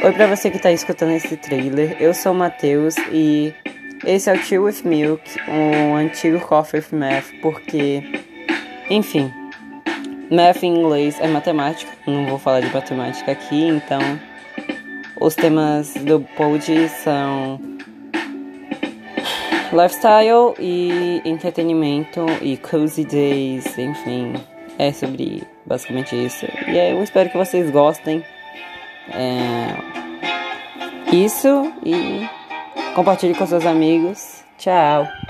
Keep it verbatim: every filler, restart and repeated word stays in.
Oi pra você que tá escutando esse trailer, eu sou o Matheus e esse é o Tea with Milk, um antigo Coffee with Math, porque, enfim, math em inglês é matemática, não vou falar de matemática aqui, então os temas do pod são lifestyle e entretenimento e cozy days, enfim, é sobre basicamente isso. E eu espero que vocês gostem. É... Isso, e compartilhe com seus amigos. Tchau!